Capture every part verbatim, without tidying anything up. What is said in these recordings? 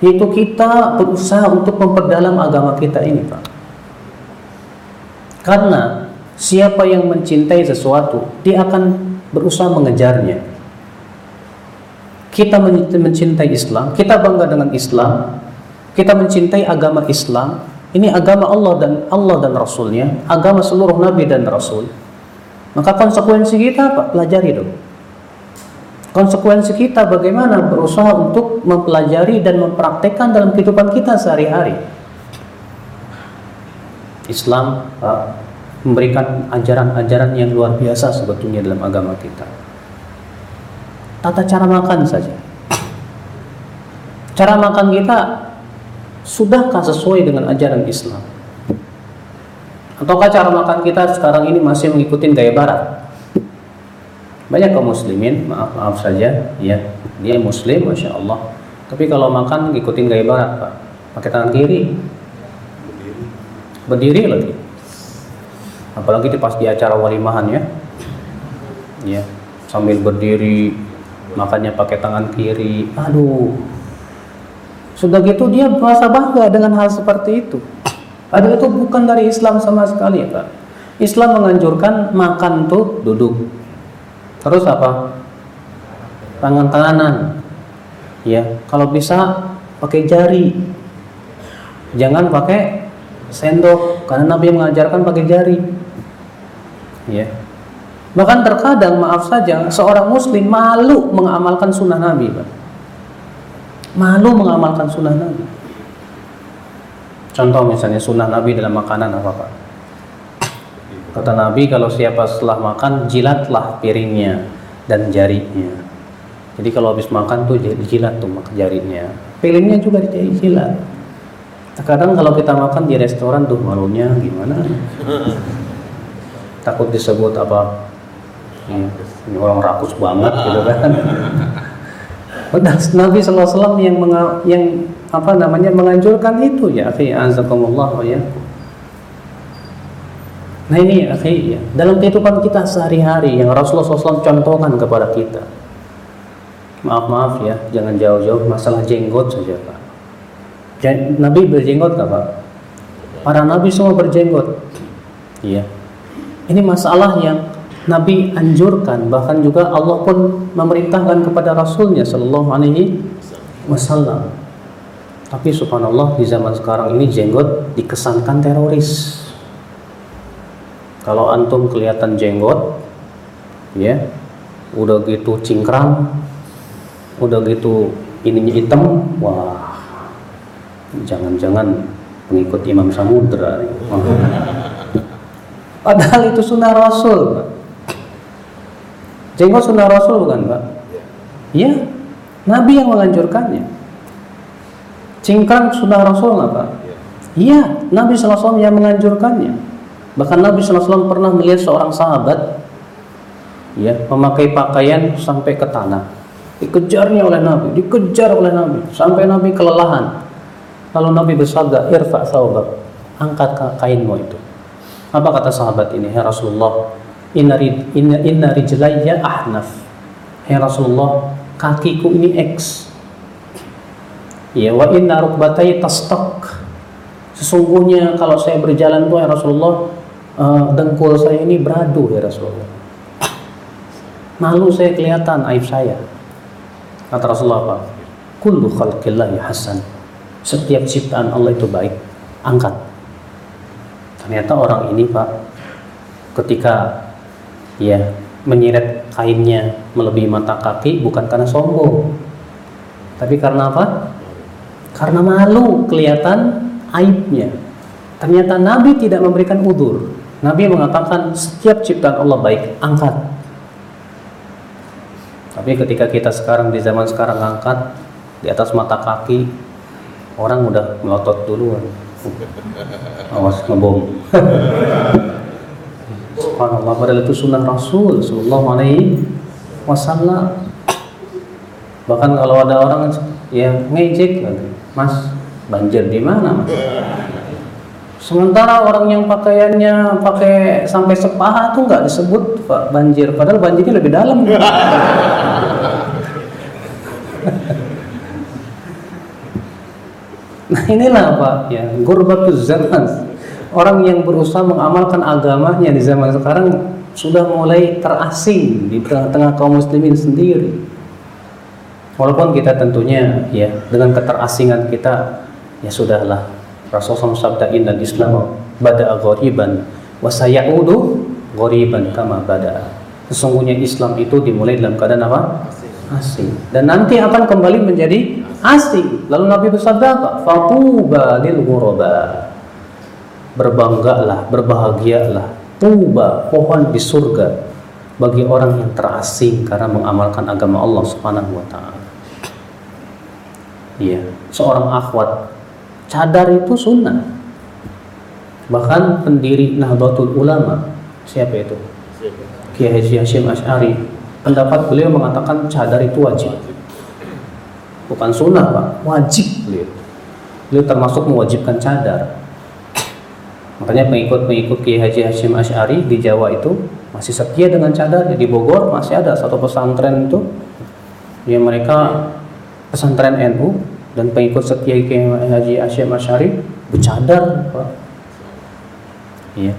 yaitu kita berusaha untuk memperdalam agama kita ini, Pak. Karena siapa yang mencintai sesuatu, dia akan berusaha mengejarnya. Kita mencintai Islam, kita bangga dengan Islam, kita mencintai agama Islam. Ini agama Allah dan Allah dan Rasulnya, agama seluruh Nabi dan Rasul. Maka konsekuensi kita, Pak, pelajari dong. Konsekuensi kita bagaimana berusaha untuk mempelajari dan mempraktekkan dalam kehidupan kita sehari-hari. Islam uh, memberikan ajaran-ajaran yang luar biasa sebetulnya dalam agama kita. Tata cara makan saja. Cara makan kita sudahkah sesuai dengan ajaran Islam? Ataukah cara makan kita sekarang ini masih mengikuti gaya barat? Banyak kaum muslimin, maaf maaf saja, ya, dia muslim, masya Allah, tapi kalau makan ngikutin gaya barat, Pak, pakai tangan kiri, berdiri lagi, apalagi di pas di acara walimahan, ya, ya, sambil berdiri, makannya pakai tangan kiri, aduh, sudah gitu dia merasa bangga dengan hal seperti itu. Padahal itu bukan dari Islam sama sekali, ya, Pak. Islam menganjurkan makan tuh duduk. Terus apa? Tangan-tanganan. Ya, kalau bisa pakai jari. Jangan pakai sendok, karena Nabi mengajarkan pakai jari. Ya. Bahkan terkadang, maaf saja, seorang muslim malu mengamalkan sunnah Nabi, Pak. Malu mengamalkan sunnah Nabi. Contoh misalnya sunnah Nabi dalam makanan apa, Pak? Kata Nabi, kalau siapa setelah makan, jilatlah piringnya dan jarinya. Jadi kalau habis makan tuh jilat tuh jarinya. Piringnya juga dijilat. Terkadang kalau kita makan di restoran tuh malunya gimana? Takut disebut apa? Ya, ini orang rakus banget gitu kan. Padahal Nabi sallallahu alaihi wasallam yang menga- yang apa namanya menganjurkan itu, ya akhi, azakumullah ya. Nah ini akhi, ya, dalam kehidupan kita sehari-hari yang Rasulullah shallallahu alaihi wasallam contohkan kepada kita. Maaf-maaf ya, jangan jauh-jauh masalah jenggot saja, Pak. Nabi berjenggot nggak, Pak? Para Nabi semua berjenggot. Iya. Ini masalah yang Nabi anjurkan, bahkan juga Allah pun memerintahkan kepada Rasulnya Shallallahu Alaihi Wasallam. Tapi subhanallah di zaman sekarang ini jenggot dikesankan teroris. Kalau antum kelihatan jenggot, ya, udah gitu cingkrang, udah gitu ininya hitam, wah, jangan-jangan pengikut Imam Samudra. Padahal itu sunnah Rasul, Pak. Jenggot sunnah Rasul bukan, Pak? Iya, Nabi yang menganjurkannya. Cingkrang sunnah Rasul nggak, Pak? Iya, Nabi sallallahu alaihi wasallam yang menganjurkannya. Bahkan Nabi sallallahu alaihi wasallam pernah melihat seorang sahabat, ya, memakai pakaian sampai ke tanah. Dikejarnya oleh Nabi, dikejar oleh Nabi, sampai Nabi kelelahan. Lalu Nabi bersabda, "Irfa' thawbak," angkat kainmu itu. Apa kata sahabat ini? "Ya Rasulullah, inna inna, inna rijlayya ahnaf." Ya Rasulullah, kakiku ini X. Ya, wa inna rukbatai tastak. Sesungguhnya kalau saya berjalan tuh ya Rasulullah, uh, dengkul saya ini beradu ya Rasulullah. Malu saya kelihatan aib saya. Kata Rasulullah apa? Kullu khalqillahi hasan. Setiap ciptaan Allah itu baik. Angkat. Ternyata orang ini, Pak, ketika ya menyeret kainnya melebihi mata kaki bukan karena sombong, tapi karena apa? Karena malu kelihatan aibnya. Ternyata Nabi tidak memberikan udzur. Nabi mengatakan setiap ciptaan Allah baik, angkat. Tapi ketika kita sekarang di zaman sekarang angkat di atas mata kaki, orang udah melotot duluan. Awas ngebom. Subhanallah, padahal itu sunnah Rasul sallallahu alaihi wasallam. Bahkan kalau ada orang yang ngejek lagi, "Mas, banjir di mana, Mas?" Sementara orang yang pakaiannya pakai sampai sepaha tuh nggak disebut Pak banjir, padahal banjirnya lebih dalam. Nah inilah Pak, ya gurbatuz zaman. Orang yang berusaha mengamalkan agamanya di zaman sekarang sudah mulai terasing di tengah-tengah kaum muslimin sendiri. Walaupun kita tentunya ya dengan keterasingan kita ya sudahlah. Rasulullah sabda innal Islam bada'a ghoriban wa sayaudu ghoriban kama bada'a. Sesungguhnya Islam itu dimulai dalam keadaan apa? Asing. Dan nanti akan kembali menjadi asing. Lalu Nabi bersabda apa? Fatuba lil ghuraba. Berbanggalah, berbahagialah. Tuba, pohon di surga bagi orang yang terasing karena mengamalkan agama Allah Subhanahu wa taala. Iya, seorang akhwat, cadar itu sunnah. Bahkan pendiri Nahdlatul Ulama, siapa itu? Kiai Haji Hasyim Asy'ari, pendapat beliau mengatakan cadar itu wajib. Bukan sunnah Pak, wajib beliau. Beliau termasuk mewajibkan cadar. Makanya pengikut-pengikut Kiai Haji Hasyim Asy'ari di Jawa itu masih setia dengan cadar. Di Bogor masih ada satu pesantren itu yang mereka pesantren N U dan pengikut setia Kiai Haji Hasyim Asy'ari bercadar Pak. Iya.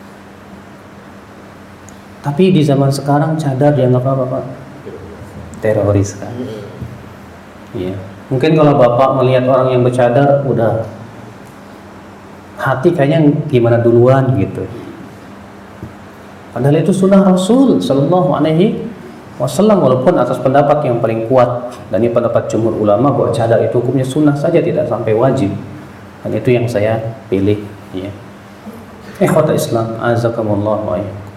Tapi di zaman sekarang cadar dianggap apa Pak? Teroris kan. Iya. Mungkin kalau Bapak melihat orang yang bercadar udah hati kayaknya gimana duluan gitu. Padahal itu sunnah Rasul Sallallahu Alaihi Wasallam, walaupun atas pendapat yang paling kuat dan ini pendapat jumhur ulama bahwa cadar itu hukumnya sunnah saja, tidak sampai wajib. Dan itu yang saya pilih. Ya. Ikhwatul Islam, azakumullah wa iyyakum.